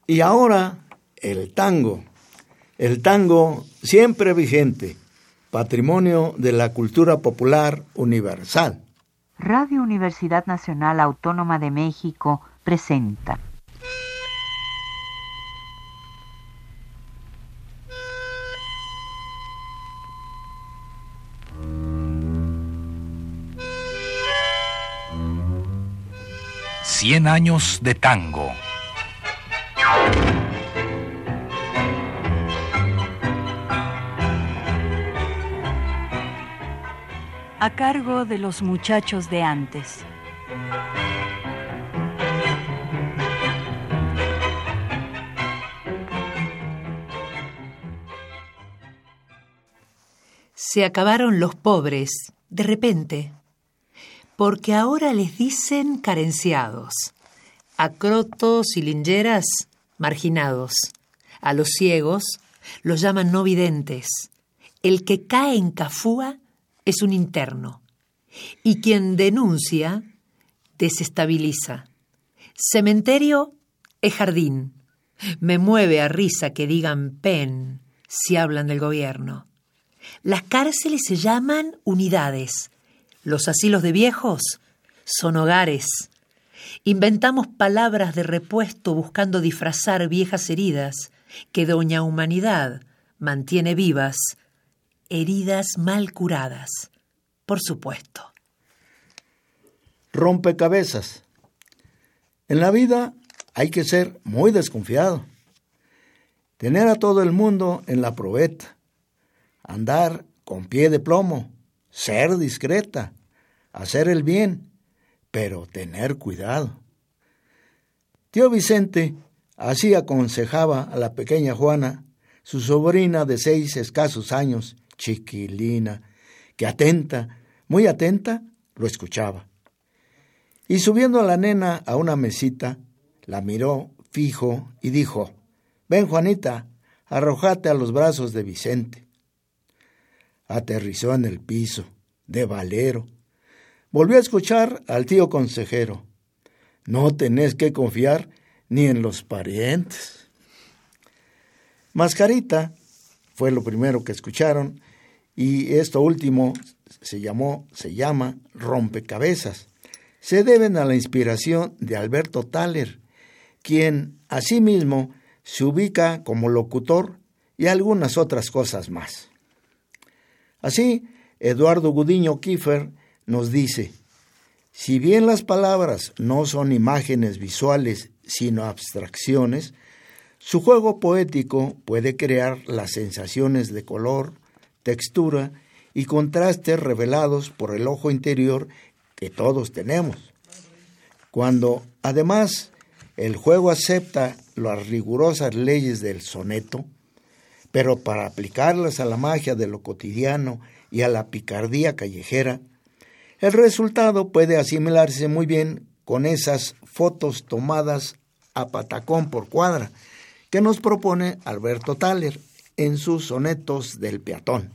Y ahora el tango. El tango siempre vigente, patrimonio de la cultura popular universal. Radio Universidad Nacional Autónoma de México presenta. Cien años de tango. A cargo de los muchachos de antes. Se acabaron los pobres, de repente, porque ahora les dicen carenciados, a crotos y lingeras, marginados, a los ciegos los llaman no videntes, el que cae en Cafúa es un interno, y quien denuncia, desestabiliza. Cementerio es jardín. Me mueve a risa que digan pen si hablan del gobierno. Las cárceles se llaman unidades. Los asilos de viejos son hogares. Inventamos palabras de repuesto buscando disfrazar viejas heridas que Doña Humanidad mantiene vivas. Heridas mal curadas, por supuesto. Rompecabezas. En la vida hay que ser muy desconfiado. Tener a todo el mundo en la probeta. Andar con pie de plomo. Ser discreta. Hacer el bien, pero tener cuidado. Tío Vicente así aconsejaba a la pequeña Juana, su sobrina de 6 escasos años, chiquilina, que atenta, muy atenta, lo escuchaba. Y subiendo a la nena a una mesita, la miró fijo y dijo: «Ven, Juanita, arrójate a los brazos de Vicente». Aterrizó en el piso, de valero. Volvió a escuchar al tío consejero: «No tenés que confiar ni en los parientes». Mascarita fue lo primero que escucharon, y esto último se llama Rompecabezas. Se deben a la inspiración de Alberto Thaler, quien asimismo se ubica como locutor y algunas otras cosas más. Así, Eduardo Gudiño Kiefer nos dice: si bien las palabras no son imágenes visuales sino abstracciones, su juego poético puede crear las sensaciones de color, textura y contrastes revelados por el ojo interior que todos tenemos. Cuando, además, el juego acepta las rigurosas leyes del soneto, pero para aplicarlas a la magia de lo cotidiano y a la picardía callejera, el resultado puede asimilarse muy bien con esas fotos tomadas a patacón por cuadra que nos propone Alberto Thaler en sus sonetos del peatón.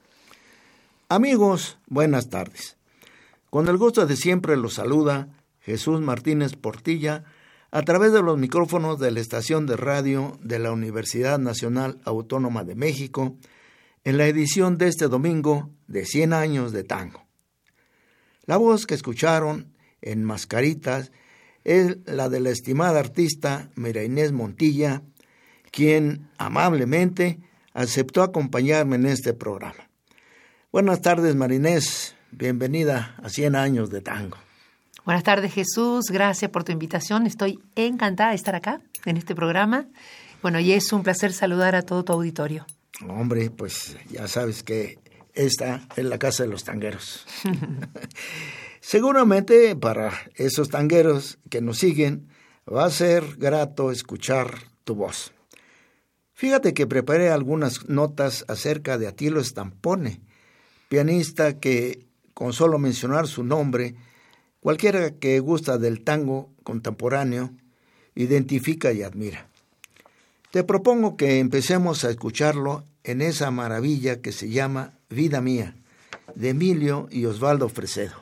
Amigos, buenas tardes. Con el gusto de siempre los saluda Jesús Martínez Portilla a través de los micrófonos de la estación de radio de la Universidad Nacional Autónoma de México en la edición de este domingo de 100 años de tango. La voz que escucharon en Mascaritas es la de la estimada artista María Inés Montilla, quien amablemente aceptó acompañarme en este programa. Buenas tardes, María Inés. Bienvenida a 100 años de tango. Buenas tardes, Jesús. Gracias por tu invitación. Estoy encantada de estar acá, en este programa. Bueno, y es un placer saludar a todo tu auditorio. Hombre, pues ya sabes que esta es la casa de los tangueros. Seguramente para esos tangueros que nos siguen va a ser grato escuchar tu voz. Fíjate que preparé algunas notas acerca de Attilio Stampone, pianista que, con solo mencionar su nombre, cualquiera que gusta del tango contemporáneo identifica y admira. Te propongo que empecemos a escucharlo en esa maravilla que se llama Vida Mía, de Emilio y Osvaldo Fresedo.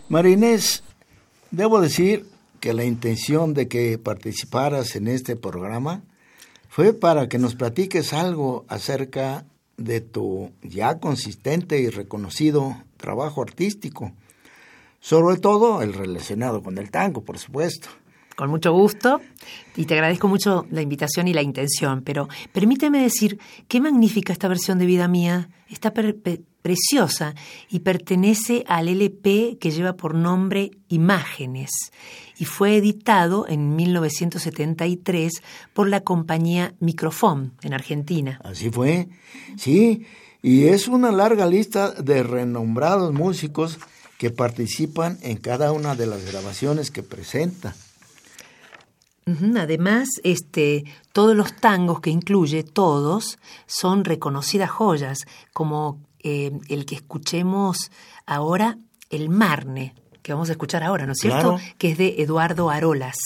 María Inés, debo decir que la intención de que participaras en este programa fue para que nos platiques algo acerca de tu ya consistente y reconocido trabajo artístico, sobre todo el relacionado con el tango, por supuesto. Con mucho gusto, y te agradezco mucho la invitación y la intención, pero permíteme decir qué magnífica esta versión de Vida Mía, está preciosa y pertenece al LP que lleva por nombre Imágenes y fue editado en 1973 por la compañía Microfón en Argentina. Así fue, sí, y es una larga lista de renombrados músicos que participan en cada una de las grabaciones que presenta. Además, todos los tangos que incluye, todos, son reconocidas joyas, como el que escuchemos ahora, El Marne, que vamos a escuchar ahora, ¿no es cierto? Claro. Que es de Eduardo Arolas.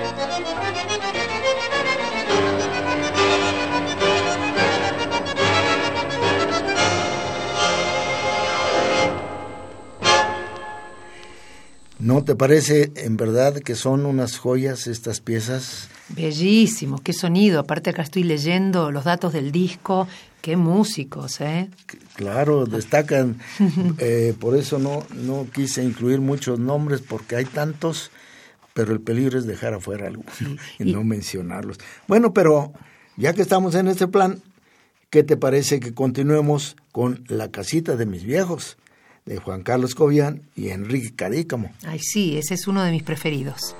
¿No te parece en verdad que son unas joyas estas piezas? Bellísimo, qué sonido. Aparte acá estoy leyendo los datos del disco. Qué músicos, ¿eh? Claro, destacan. Por eso no quise incluir muchos nombres porque hay tantos, pero el peligro es dejar afuera algunos y no mencionarlos. Bueno, pero ya que estamos en este plan, ¿qué te parece que continuemos con La casita de mis viejos, de Juan Carlos Cobian y Enrique Cadícamo? Ay, sí, ese es uno de mis preferidos.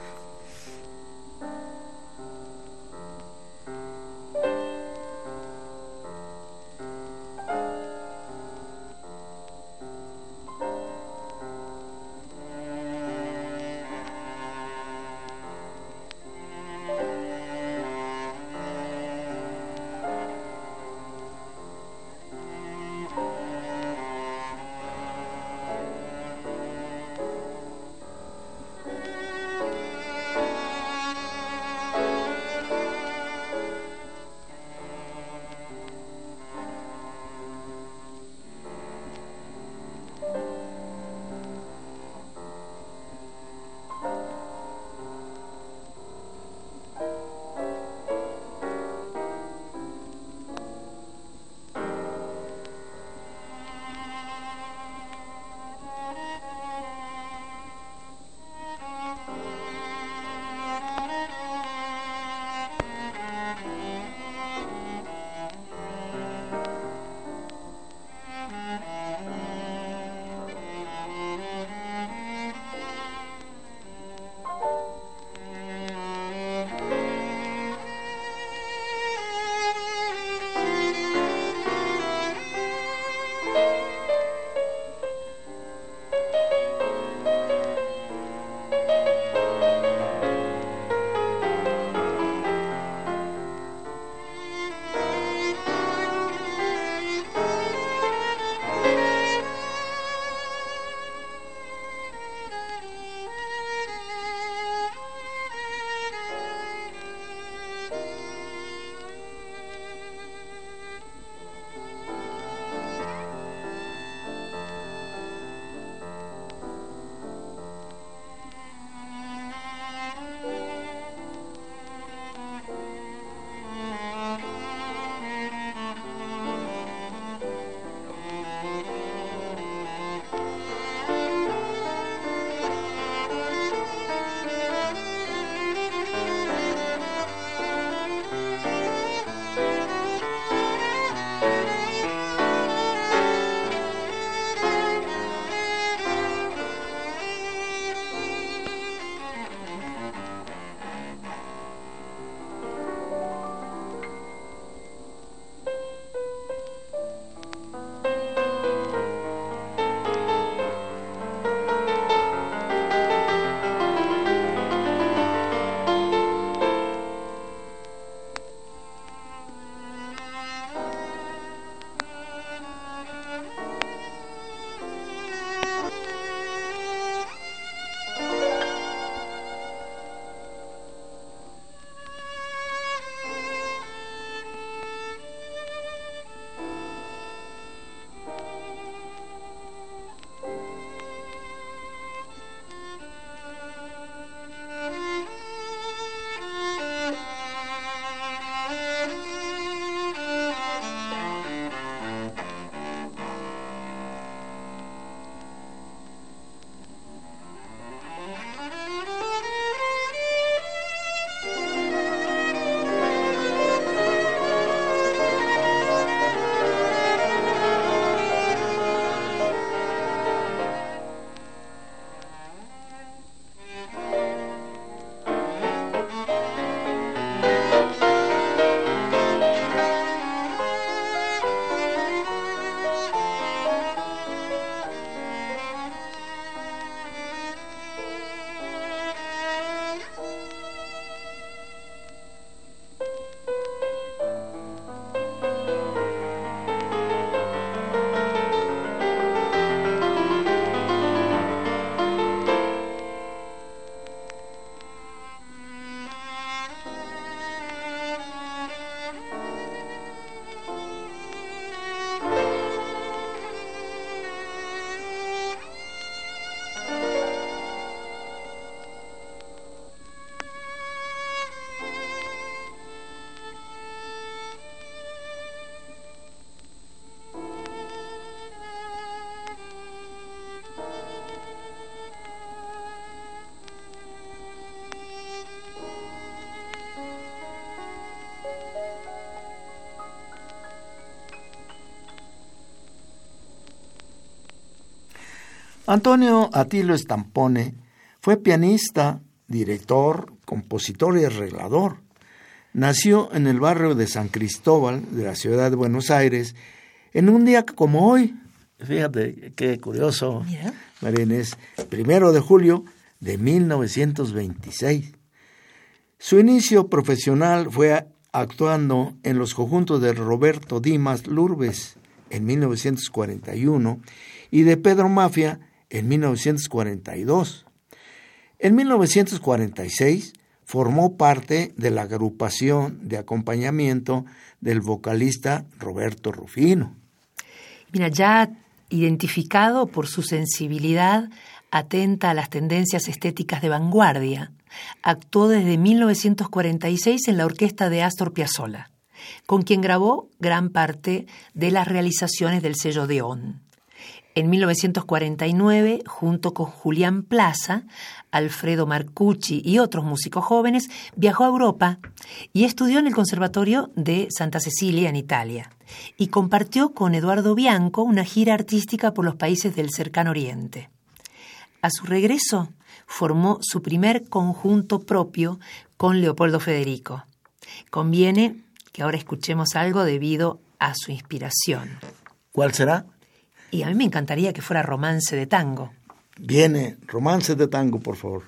Antonio Attilio Stampone fue pianista, director, compositor y arreglador. Nació en el barrio de San Cristóbal de la ciudad de Buenos Aires en un día como hoy. Fíjate qué curioso, María Inés, 1 de julio de 1926. Su inicio profesional fue actuando en los conjuntos de Roberto Dimas Lourdes en 1941 y de Pedro Mafia en 1942. En 1946 formó parte de la agrupación de acompañamiento del vocalista Roberto Rufino. Mira, ya identificado por su sensibilidad atenta a las tendencias estéticas de vanguardia, actuó desde 1946 en la orquesta de Astor Piazzolla, con quien grabó gran parte de las realizaciones del sello Deón. En 1949, junto con Julián Plaza, Alfredo Marcucci y otros músicos jóvenes, viajó a Europa y estudió en el Conservatorio de Santa Cecilia en Italia y compartió con Eduardo Bianco una gira artística por los países del Cercano Oriente. A su regreso, formó su primer conjunto propio con Leopoldo Federico. Conviene que ahora escuchemos algo debido a su inspiración. ¿Cuál será? Y a mí me encantaría que fuera Romance de Tango. Viene, Romance de Tango, por favor.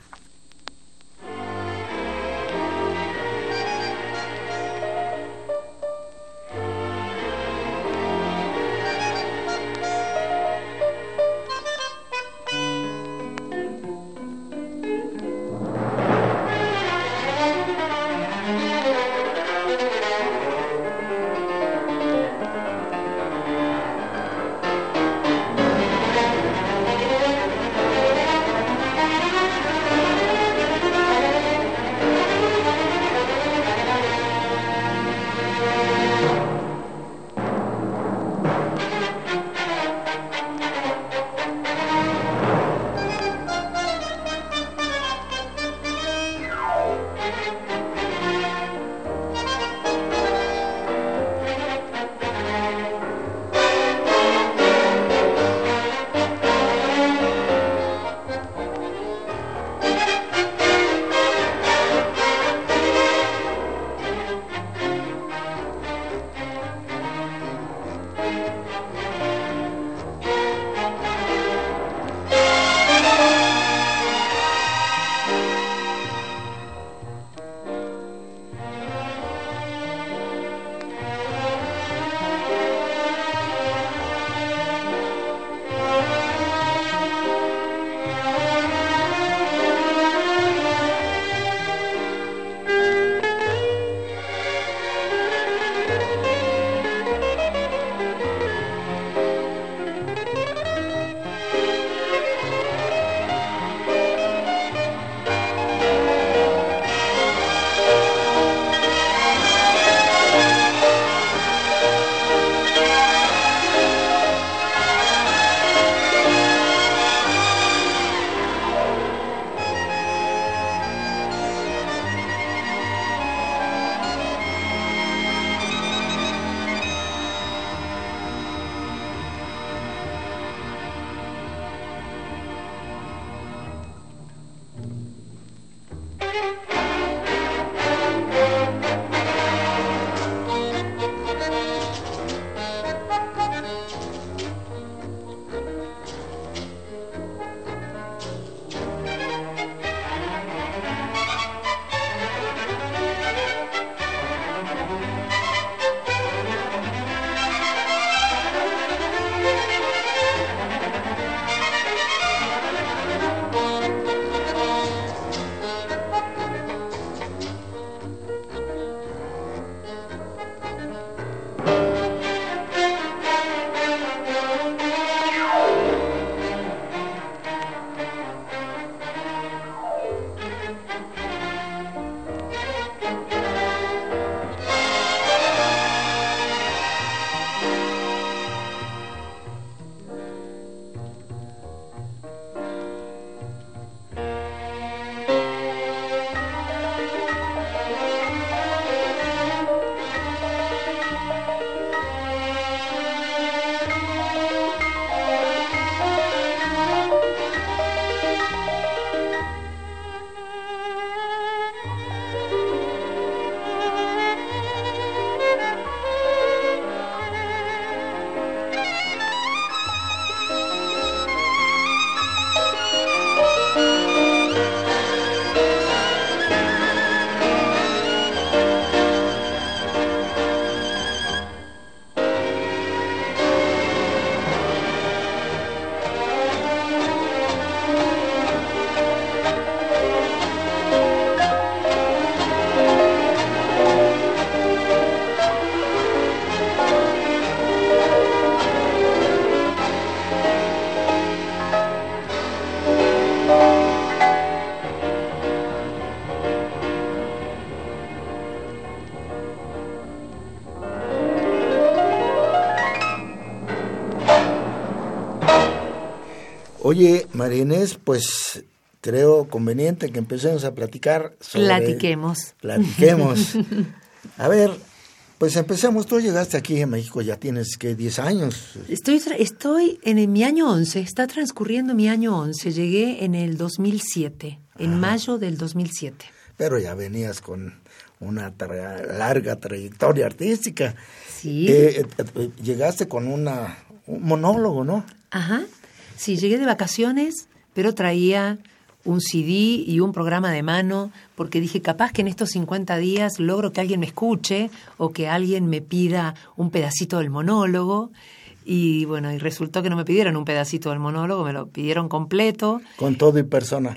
Oye, María Inés, pues creo conveniente que empecemos a platicar sobre... Platiquemos. A ver, pues empecemos. Tú llegaste aquí a México, ya tienes, ¿qué? 10 años. Estoy en mi año 11, está transcurriendo mi año 11. Llegué en el 2007, en mayo del 2007. Pero ya venías con una larga trayectoria artística. Sí. Llegaste con un monólogo, ¿no? Ajá. Sí, llegué de vacaciones, pero traía un CD y un programa de mano, porque dije, capaz que en estos 50 días logro que alguien me escuche o que alguien me pida un pedacito del monólogo. Y bueno, y resultó que no me pidieron un pedacito del monólogo, me lo pidieron completo. Con todo y persona.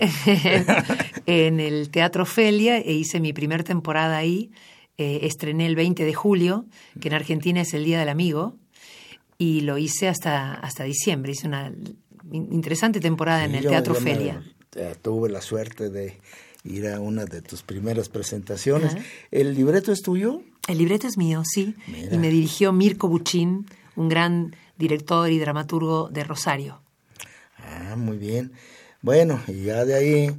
En el Teatro Ofelia, e hice mi primer temporada ahí. Estrené el 20 de julio, que en Argentina es el Día del Amigo, y lo hice hasta diciembre. Hice una interesante temporada en el Teatro Ofelia. Tuve la suerte de ir a una de tus primeras presentaciones. Ajá. ¿El libreto es tuyo? El libreto es mío, sí. Mira. Y me dirigió Mirko Buchin, un gran director y dramaturgo de Rosario. Ah, muy bien. Bueno, y ya de ahí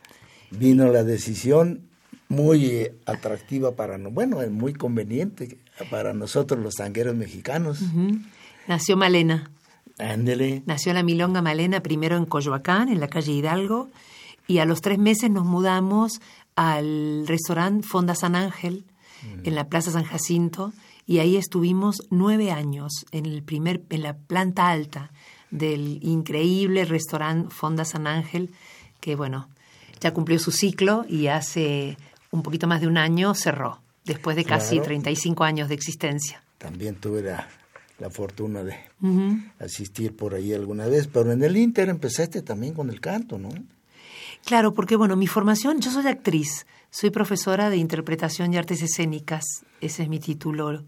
vino la decisión muy atractiva muy conveniente para nosotros los tangueros mexicanos. Uh-huh. Nació Malena. Ándele. Nació la Milonga Malena primero en Coyoacán, en la calle Hidalgo, y a los 3 meses nos mudamos al restaurante Fonda San Ángel, en la Plaza San Jacinto, y ahí estuvimos 9 años en la planta alta del increíble restaurante Fonda San Ángel, que bueno, ya cumplió su ciclo y hace un poquito más de un año cerró, después de casi 35 años de existencia. También tuve la fortuna de asistir por ahí alguna vez, pero en el Inter empezaste también con el canto, ¿no? Claro, porque bueno, mi formación, yo soy actriz, soy profesora de interpretación y artes escénicas, ese es mi título.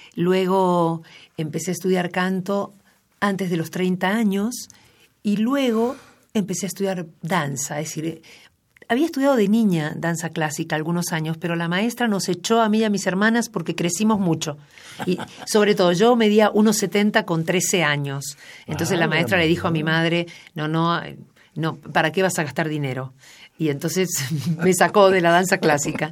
Luego empecé a estudiar canto antes de los 30 años y luego empecé a estudiar danza, es decir, había estudiado de niña danza clásica algunos años, pero la maestra nos echó a mí y a mis hermanas porque crecimos mucho. Y sobre todo, yo medía 1,70 con 13 años. Entonces la maestra le dijo a mi madre, no, ¿para qué vas a gastar dinero? Y entonces me sacó de la danza clásica.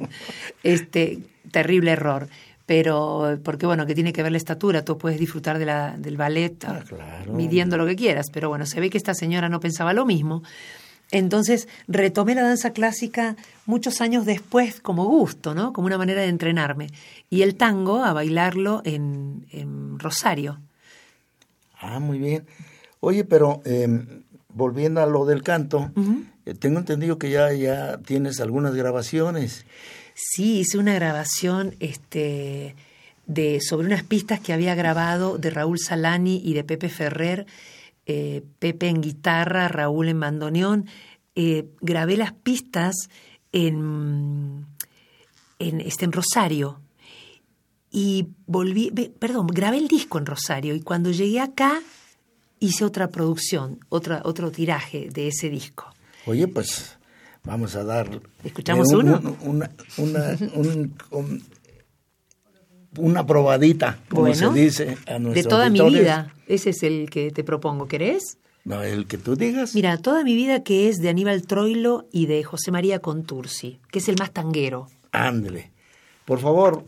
Terrible error. Pero, porque bueno, que tiene que ver la estatura, tú puedes disfrutar del ballet midiendo lo que quieras, pero bueno, se ve que esta señora no pensaba lo mismo. Entonces retomé la danza clásica muchos años después como gusto, ¿no? Como una manera de entrenarme. Y el tango a bailarlo en Rosario. Ah, muy bien. Oye, pero volviendo a lo del canto, tengo entendido que ya tienes algunas grabaciones. Sí, hice una grabación sobre unas pistas que había grabado de Raúl Salani y de Pepe Ferrer. Pepe en guitarra, Raúl en bandoneón. Grabé las pistas en Rosario y grabé el disco en Rosario y cuando llegué acá hice otra producción, otro tiraje de ese disco. Oye, pues vamos a dar... ¿Escuchamos uno? Una probadita, como se dice a nuestros de toda auditores. Mi vida. Ese es el que te propongo. ¿Querés? No, el que tú digas. Mira, Toda mi vida, que es de Aníbal Troilo y de José María Contursi, que es el más tanguero. Ándele. Por favor.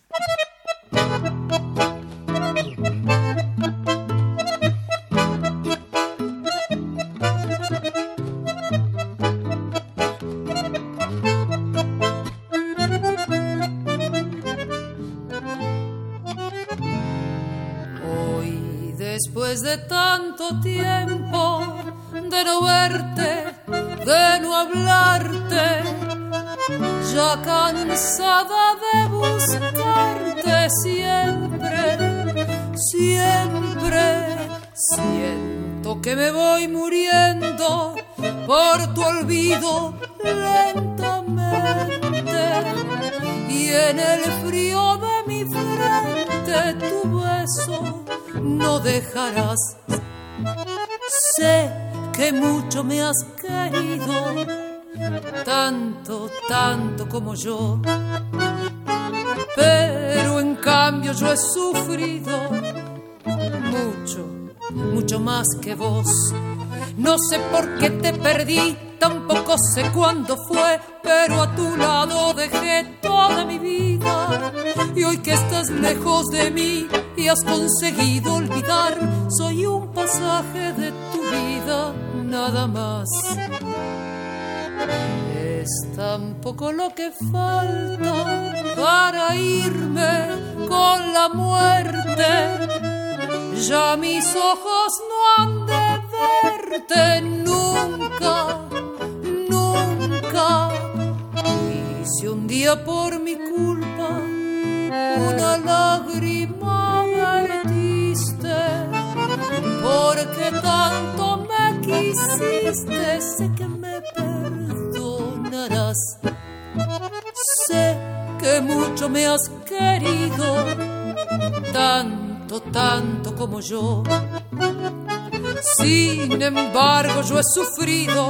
Después de tanto tiempo de no verte, de no hablarte, ya cansada de buscarte siempre siento que me voy muriendo por tu olvido lentamente, y en el frío de mi frente tu beso no dejarás. Sé que mucho me has querido, tanto como yo, pero en cambio yo he sufrido mucho más que vos. No sé por qué te perdí, tampoco sé cuándo fue, pero a tu lado dejé toda mi vida. Y hoy que estás lejos de mí y has conseguido olvidar, soy un pasaje de tu vida, nada más. Es tan poco lo que falta para irme con la muerte. Ya mis ojos no han de verte nunca, nunca. Y si un día por mi culpa una lágrima vertiste, porque tanto me quisiste, sé que me perdonarás. Sé que mucho me has querido, tanto como yo. Sin embargo yo he sufrido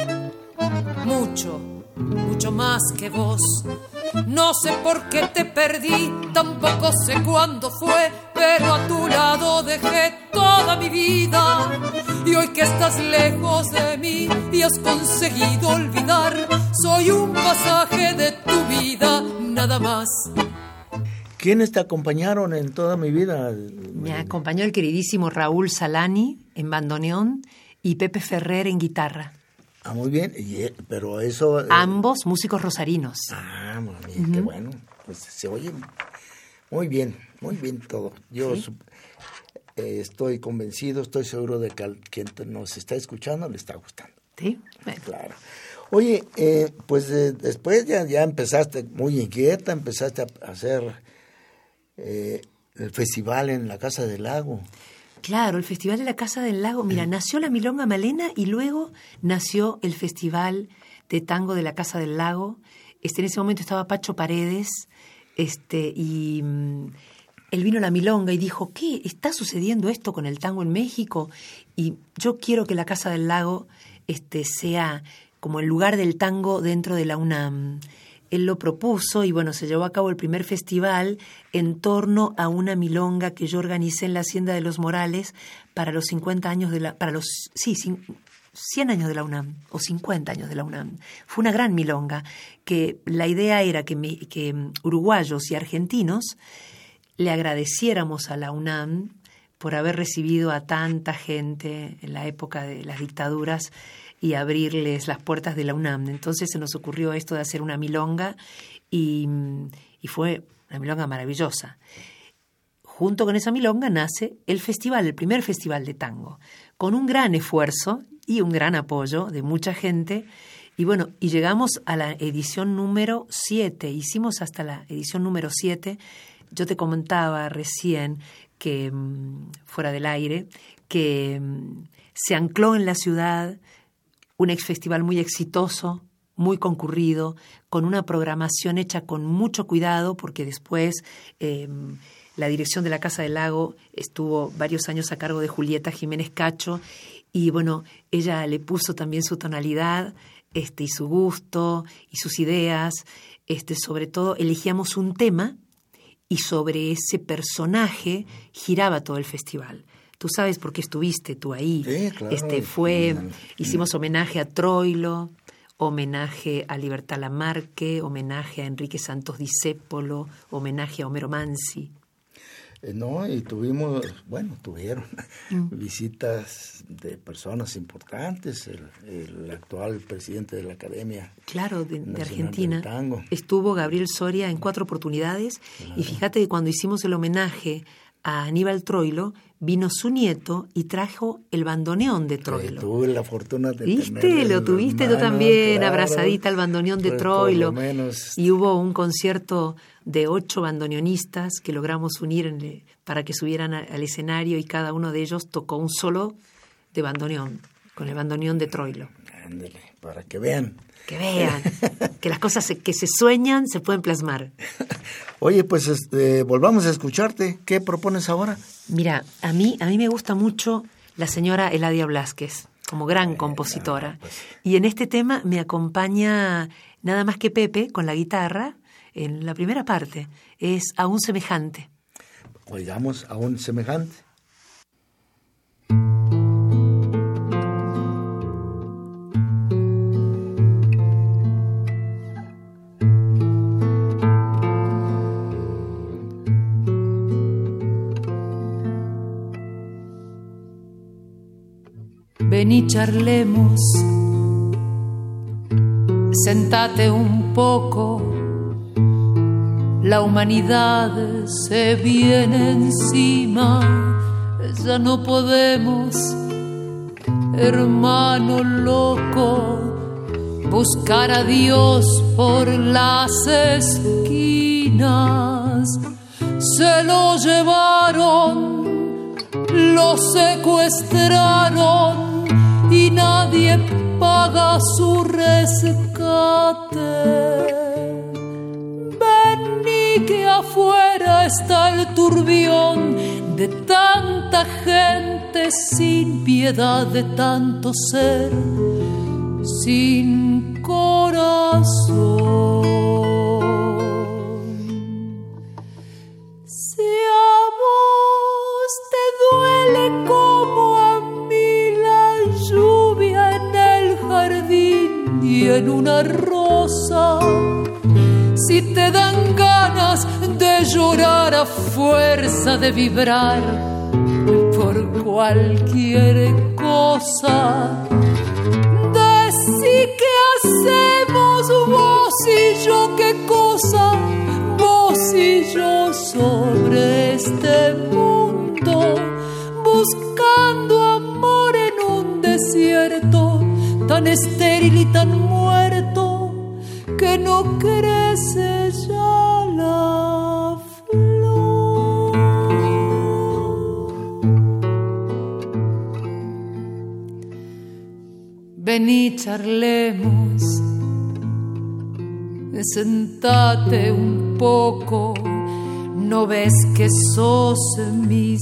mucho más que vos. No sé por qué te perdí, tampoco sé cuándo fue, pero a tu lado dejé toda mi vida. Y hoy que estás lejos de mí y has conseguido olvidar, soy un pasaje de tu vida, nada más. ¿Quiénes te acompañaron en toda mi vida? Me acompañó el queridísimo Raúl Salani en bandoneón y Pepe Ferrer en guitarra. Ah, muy bien, pero eso... Ambos músicos rosarinos. Ah, mami, qué bueno. Pues se oye muy bien todo. Yo ¿sí? Estoy convencido, estoy seguro de que quien nos está escuchando le está gustando. Sí, bueno. Claro. Oye, pues después ya empezaste muy inquieta, empezaste a hacer el festival en la Casa del Lago. Claro, el Festival de la Casa del Lago. Mira, nació la Milonga Malena y luego nació el Festival de Tango de la Casa del Lago. En ese momento estaba Pacho Paredes, y él vino a la Milonga y dijo, ¿qué? ¿Está sucediendo esto con el tango en México? Y yo quiero que la Casa del Lago sea como el lugar del tango dentro de la UNAM. Él lo propuso y bueno, se llevó a cabo el primer festival en torno a una milonga que yo organicé en la Hacienda de los Morales para los 50 años de la... para los 100 años de la UNAM o 50 años de la UNAM. Fue una gran milonga que la idea era que uruguayos y argentinos le agradeciéramos a la UNAM por haber recibido a tanta gente en la época de las dictaduras y abrirles las puertas de la UNAM. Entonces se nos ocurrió esto de hacer una milonga y fue una milonga maravillosa. Junto con esa milonga nace el festival, el primer festival de tango, con un gran esfuerzo y un gran apoyo de mucha gente. Y bueno, y llegamos a la edición número 7, hicimos hasta la edición número 7. Yo te comentaba recién que, fuera del aire, que se ancló en la ciudad un festival muy exitoso, muy concurrido, con una programación hecha con mucho cuidado, porque después la dirección de la Casa del Lago estuvo varios años a cargo de Julieta Jiménez Cacho, y bueno, ella le puso también su tonalidad y su gusto y sus ideas. Sobre todo elegíamos un tema y sobre ese personaje giraba todo el festival. Tú sabes por qué estuviste tú ahí. Sí, claro. Hicimos homenaje a Troilo, homenaje a Libertad Lamarque, homenaje a Enrique Santos Discépolo, homenaje a Homero Mansi. Y tuvieron visitas de personas importantes, el actual presidente de la Academia. Claro, de Argentina. Del Tango. Estuvo Gabriel Soria en 4 oportunidades, claro. Y fíjate que cuando hicimos el homenaje a Aníbal Troilo, vino su nieto y trajo el bandoneón de Troilo. Tuve la fortuna de ¿viste? Lo tuviste tú también, claro, abrazadita al bandoneón de Troilo. Y hubo un concierto de 8 bandoneonistas que logramos unir para que subieran al escenario, y cada uno de ellos tocó un solo de bandoneón, con el bandoneón de Troilo. Ándale, para que vean. Que vean, que las cosas que se sueñan se pueden plasmar. Oye, pues volvamos a escucharte. ¿Qué propones ahora? Mira, a mí me gusta mucho la señora Eladia Blázquez, como gran compositora. Pues. Y en este tema me acompaña nada más que Pepe con la guitarra en la primera parte. Es Aún Semejante. Oigamos Aún Semejante. Ven y charlemos, sentate un poco, la humanidad se viene encima, ya no podemos, hermano loco, buscar a Dios por las esquinas. Se lo llevaron, lo secuestraron y nadie paga su rescate. Vení que afuera está el turbión de tanta gente sin piedad, de tanto ser sin corazón. Si a vos te duele como a mí la lluvia en el jardín y en una rosa, si te dan ganas de llorar a fuerza de vibrar por cualquier cosa, decí qué hacemos vos y yo, qué cosa, vos y yo sobre este mundo, buscando amor en un desierto tan estéril y tan muerto que no crece ya la flor. Vení, charlemos, sentate un poco, ¿no ves que sos mi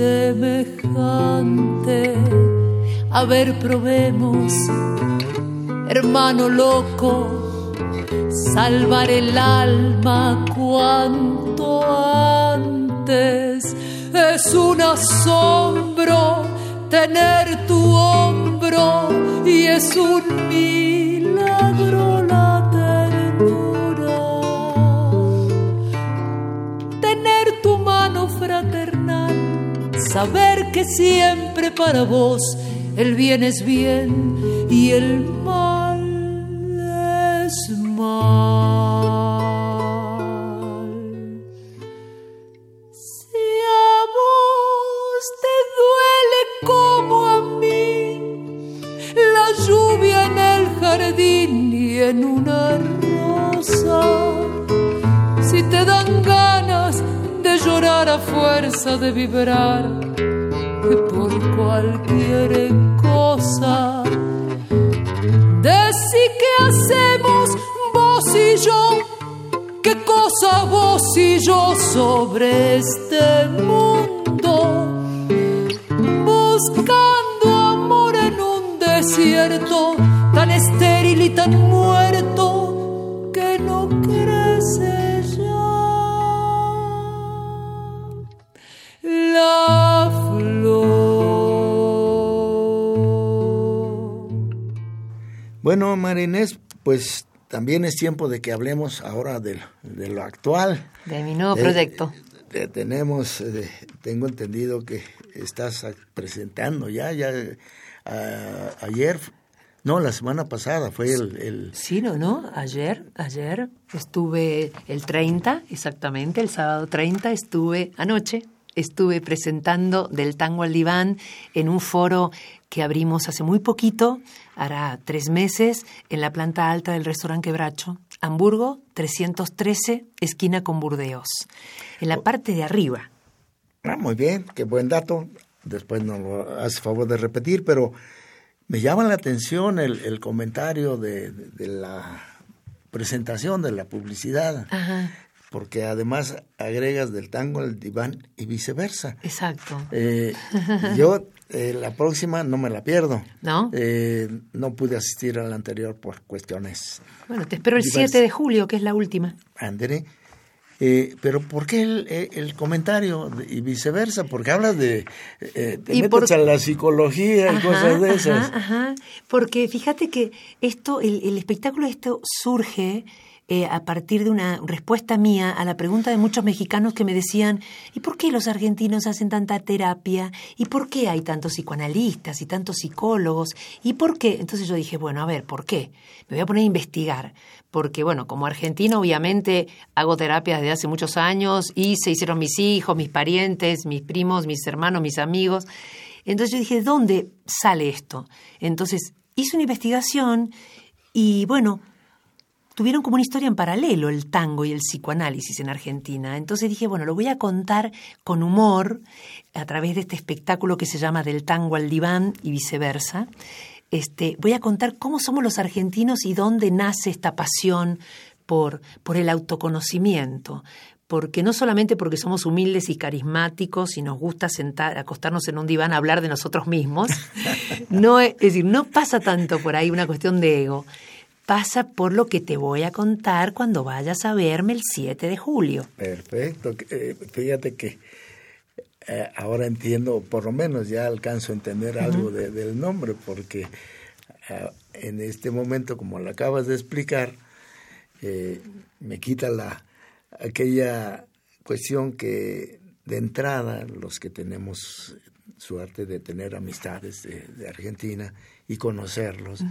semejante? A ver, probemos, hermano loco, salvar el alma cuanto antes. Es un asombro tener tu hombro y es un milagro la ternura. Tener tu mano fraternal, saber que siempre para vos el bien es bien y el mal es mal. Si a vos te duele como a mí la lluvia en el jardín y en una rosa, si te dan ganas de llorar a fuerza de vibrar por cualquier cosa, decí qué hacemos vos y yo, qué cosa vos y yo sobre este mundo, buscando amor en un desierto tan estéril y tan muerto que no crece ya la flor. Bueno, María Inés, pues también es tiempo de que hablemos ahora de lo actual. De mi nuevo proyecto. Tengo entendido que estás presentando ya ayer, no, la semana pasada fue el... Sí, no, ayer estuve el 30, exactamente, el sábado 30 anoche estuve presentando Del Tango al Diván en un foro que abrimos hace muy poquito, hará 3 meses, en la planta alta del restaurante Quebracho, Hamburgo 313, esquina con Burdeos, en la parte de arriba. Muy bien, qué buen dato. Después nos lo hace favor de repetir, pero me llama la atención el comentario de la presentación, de la publicidad. Ajá. Porque además agregas Del Tango al Diván y viceversa. Exacto. Yo la próxima no me la pierdo. ¿No? No pude asistir a la anterior por cuestiones. Bueno, te espero el 7 de julio, que es la última. Andere. Pero ¿por qué el comentario y viceversa? Porque hablas te metes a la psicología y cosas de esas. Porque fíjate que el espectáculo surge a partir de una respuesta mía a la pregunta de muchos mexicanos que me decían, ¿y por qué los argentinos hacen tanta terapia? ¿Y por qué hay tantos psicoanalistas y tantos psicólogos? ¿Y por qué? Entonces yo dije, bueno, a ver, ¿por qué? Me voy a poner a investigar, porque bueno, como argentino obviamente hago terapia desde hace muchos años y se hicieron mis hijos, mis parientes, mis primos, mis hermanos, mis amigos. Entonces yo dije, ¿de dónde sale esto? Entonces hice una investigación y bueno, tuvieron como una historia en paralelo el tango y el psicoanálisis en Argentina. Entonces dije, bueno, lo voy a contar con humor a través de este espectáculo que se llama Del tango al diván y viceversa. Voy a contar cómo somos los argentinos y dónde nace esta pasión por el autoconocimiento. Porque no solamente porque somos humildes y carismáticos y nos gusta acostarnos en un diván a hablar de nosotros mismos, es decir, no pasa tanto por ahí una cuestión de ego, pasa por lo que te voy a contar cuando vayas a verme el 7 de julio. Perfecto. Fíjate que ahora entiendo, por lo menos ya alcanzo a entender algo del nombre, porque en este momento, como lo acabas de explicar, me quita aquella cuestión que de entrada los que tenemos suerte de tener amistades de Argentina y conocerlos,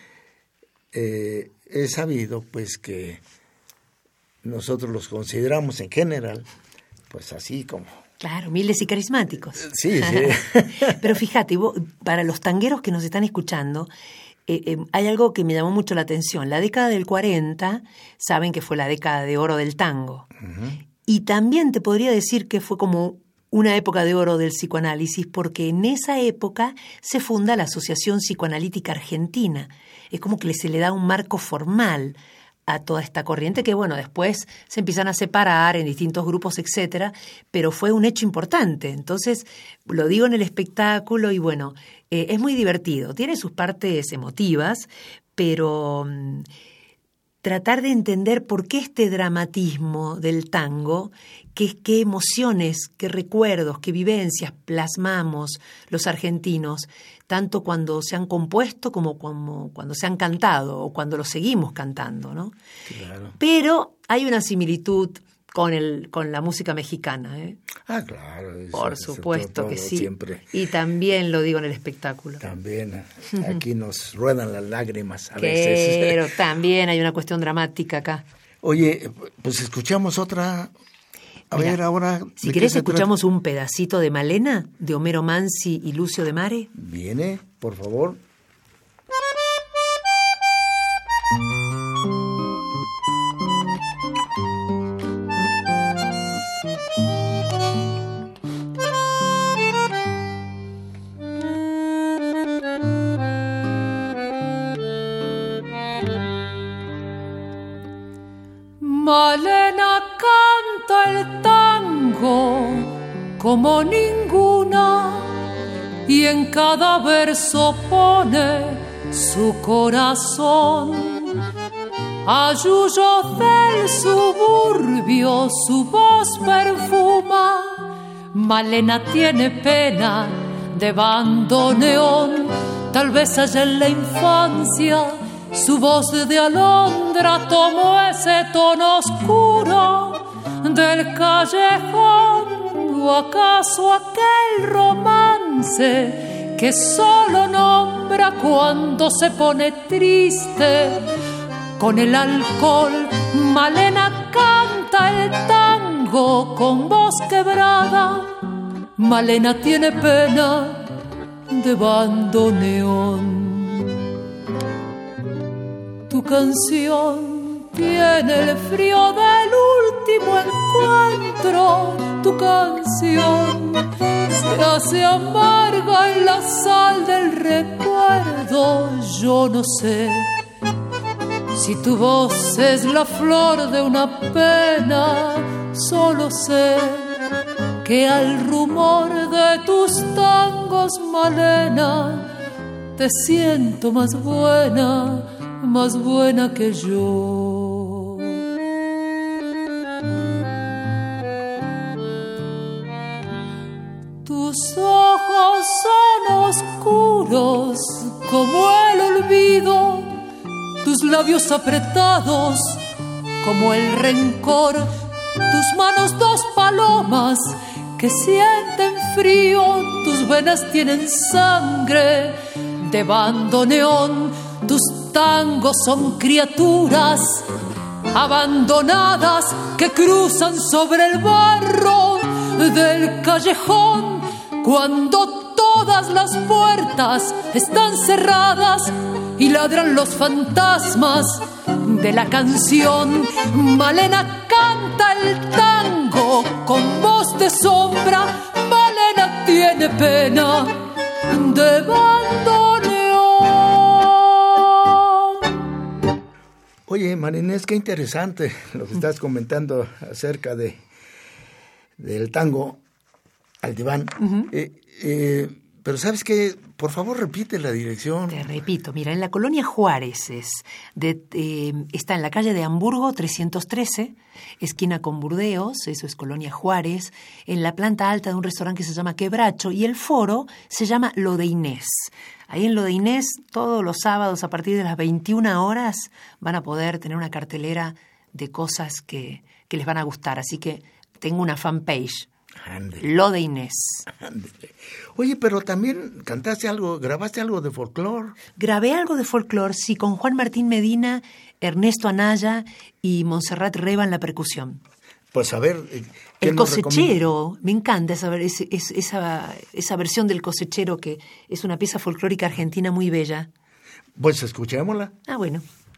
he sabido pues que nosotros los consideramos en general pues así como... Claro, humildes y carismáticos. Sí. Pero fíjate, para los tangueros que nos están escuchando, hay algo que me llamó mucho la atención. La década del 40, saben que fue la década de oro del tango. Uh-huh. Y también te podría decir que fue como una época de oro del psicoanálisis, porque en esa época se funda la Asociación Psicoanalítica Argentina. Es como que se le da un marco formal a toda esta corriente que, bueno, después se empiezan a separar en distintos grupos, etcétera, pero fue un hecho importante. Entonces, lo digo en el espectáculo y, bueno, es muy divertido. Tiene sus partes emotivas, pero tratar de entender por qué este dramatismo del tango, qué emociones, qué recuerdos, qué vivencias plasmamos los argentinos, tanto cuando se han compuesto como cuando se han cantado o cuando lo seguimos cantando, ¿no? Claro. Pero hay una similitud con la música mexicana, ¿eh? Ah, claro. Por supuesto que sí. Siempre. Y también lo digo en el espectáculo. También. Aquí nos ruedan las lágrimas a veces. Pero también hay una cuestión dramática acá. Oye, pues escuchamos otra... ver ahora... Si querés escuchamos un pedacito de Malena, de Homero Mansi y Lucio de Mare. Viene, por favor. Malena canta el tango como ninguna y en cada verso pone su corazón. A yuyos del suburbio su voz perfuma. Malena tiene pena de bandoneón, tal vez allá en la infancia su voz de alondra tomó ese tono oscuro del callejón, o acaso aquel romance que solo nombra cuando se pone triste. Con el alcohol Malena canta el tango con voz quebrada. Malena tiene pena de bandoneón. Tu canción tiene el frío del último encuentro. Tu canción se hace amarga en la sal del recuerdo. Yo no sé si tu voz es la flor de una pena. Solo sé que al rumor de tus tangos, Malena, te siento más buena que yo. Tus ojos son oscuros como el olvido, tus labios apretados como el rencor, tus manos dos palomas que sienten frío, tus venas tienen sangre de bandoneón, tus tangos son criaturas abandonadas que cruzan sobre el barro del callejón cuando todas las puertas están cerradas y ladran los fantasmas de la canción. Malena canta el tango con voz de sombra, Malena tiene pena de bandoneón. Oye, Marinés, qué interesante lo que estás comentando acerca del tango al diván. Pero ¿sabes qué? Por favor, repite la dirección. Te repito, mira, en la colonia Juárez está en la calle de Hamburgo 313, esquina con Burdeos, eso es colonia Juárez, en la planta alta de un restaurante que se llama Quebracho, y el foro se llama Lo de Inés. Ahí en Lo de Inés, todos los sábados a partir de las 21 horas van a poder tener una cartelera de cosas que les van a gustar. Así que tengo una fanpage, Andale. Lo de Inés. Andale. Oye, pero también cantaste algo, grabaste algo de folclore. Grabé algo de folclore, sí, con Juan Martín Medina, Ernesto Anaya y Montserrat Reba en la percusión. Pues a ver... El cosechero, me encanta esa versión del cosechero, que es una pieza folclórica argentina muy bella. Pues escuchémosla. Ah, bueno.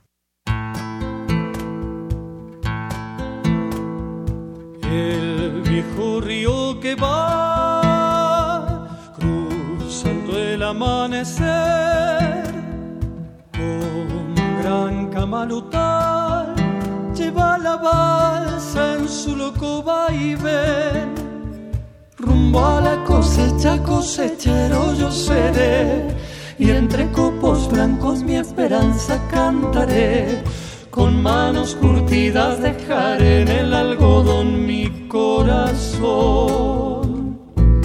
El viejo río que va cruzando el amanecer, con gran camalutal lleva la balsa en su loco vaivén. Rumbo a la cosecha, cosechero yo seré, y entre copos blancos mi esperanza cantaré. Con manos curtidas dejaré en el algodón mi corazón.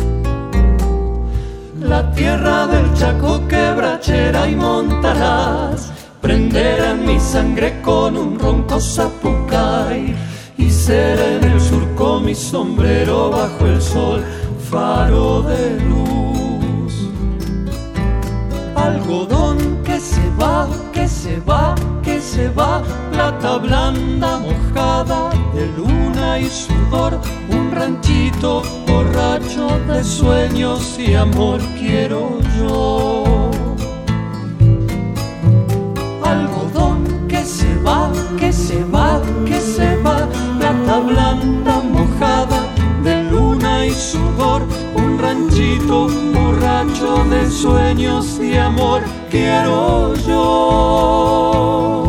La tierra del Chaco, Quebrachera y Montaraz prenderán mi sangre con un ronco zapucay, y seré en el surco mi sombrero bajo el sol, faro de luz. Algodón que se va, que se va, que se va, plata blanda mojada de luna y sudor, un ranchito borracho de sueños y amor quiero yo. Algodón que se va, que se va, que se va, plata blanda mojada de luna y sudor, un ranchito borracho de sueños y amor quiero yo.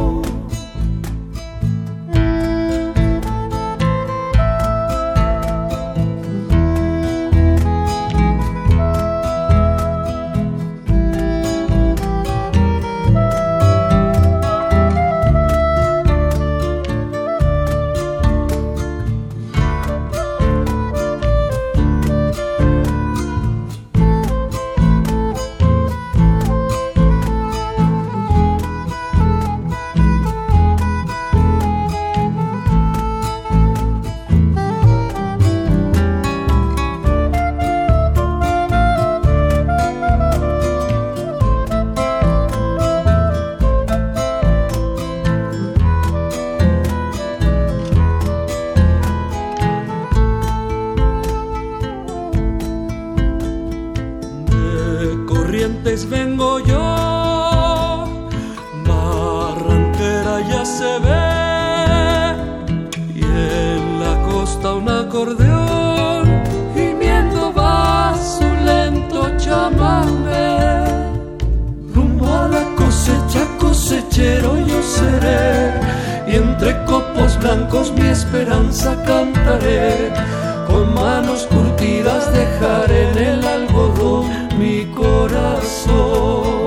Vengo yo, Barranquera ya se ve, y en la costa un acordeón gimiendo va su lento chamamé. Rumbo a la cosecha, cosechero yo seré, y entre copos blancos mi esperanza cantaré. Con manos curtidas dejaré en el algodón mi corazón.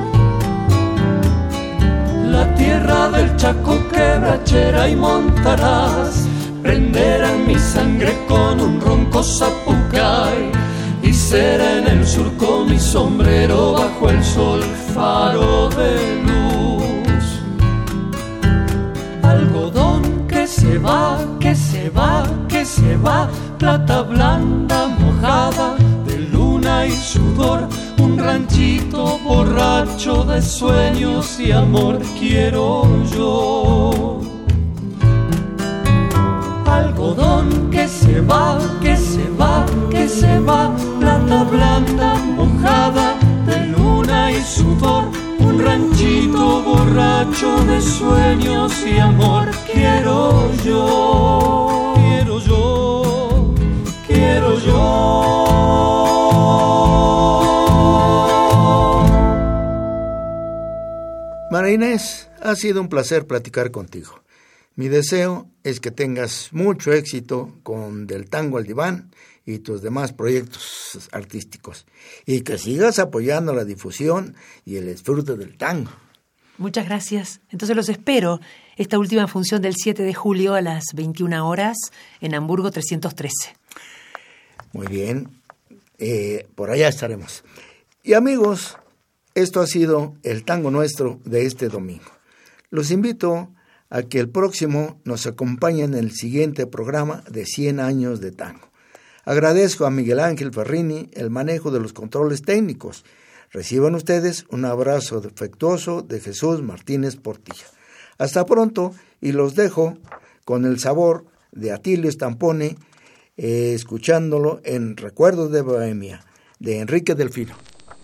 La tierra del Chaco, Quebrachera y Montaraz prenderán mi sangre con un ronco zapucay, y será en el surco mi sombrero bajo el sol, faro de luz. Algodón que plata blanda mojada de luna y sudor, un ranchito borracho de sueños y amor quiero yo. Algodón que se va, que se va, que se va, plata blanda mojada de luna y sudor, un ranchito borracho de sueños y amor quiero yo, quiero yo, quiero yo. María Inés, ha sido un placer platicar contigo. Mi deseo es que tengas mucho éxito con Del Tango al Diván y tus demás proyectos artísticos, y que sigas apoyando la difusión y el disfrute del tango. Muchas gracias. Entonces los espero. Esta última función del 7 de julio a las 21 horas en Hamburgo 313. Muy bien, por allá estaremos. Y amigos, esto ha sido el tango nuestro de este domingo. Los invito a que el próximo nos acompañen en el siguiente programa de 100 años de tango. Agradezco a Miguel Ángel Ferrini el manejo de los controles técnicos. Reciban ustedes un abrazo afectuoso de Jesús Martínez Portilla. Hasta pronto, y los dejo con el sabor de Atilio Stampone, escuchándolo en Recuerdos de Bohemia, de Enrique Delfino.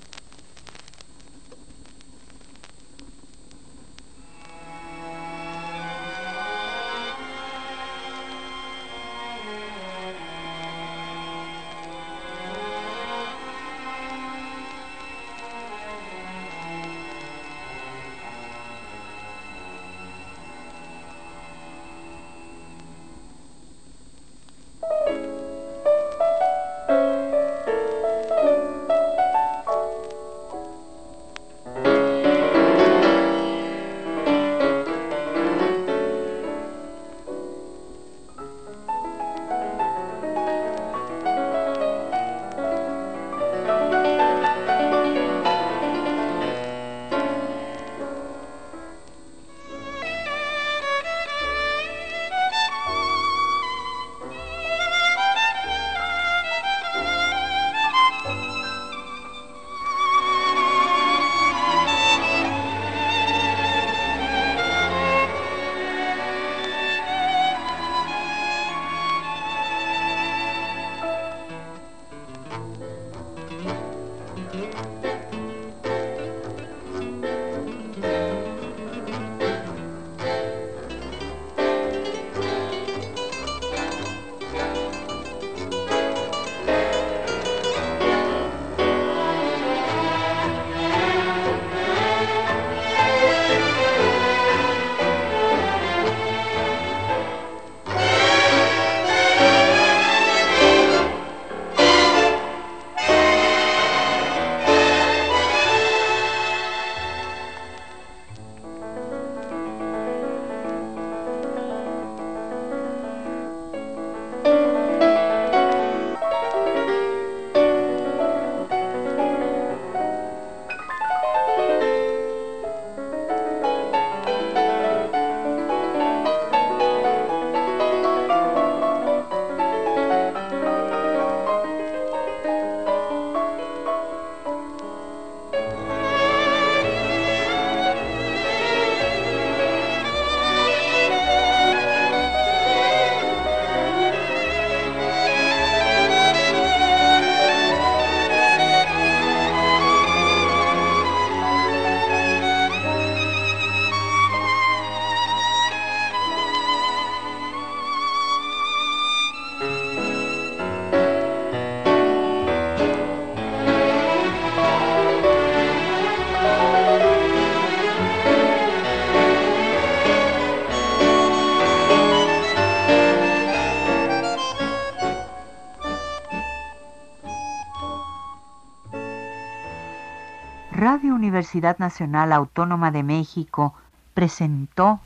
Radio Universidad Nacional Autónoma de México presentó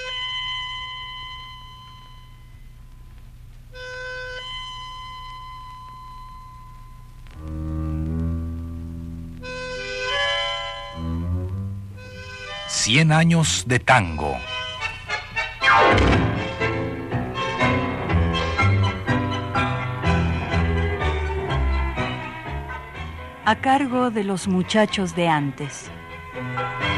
Cien años de tango. a cargo de los muchachos de antes.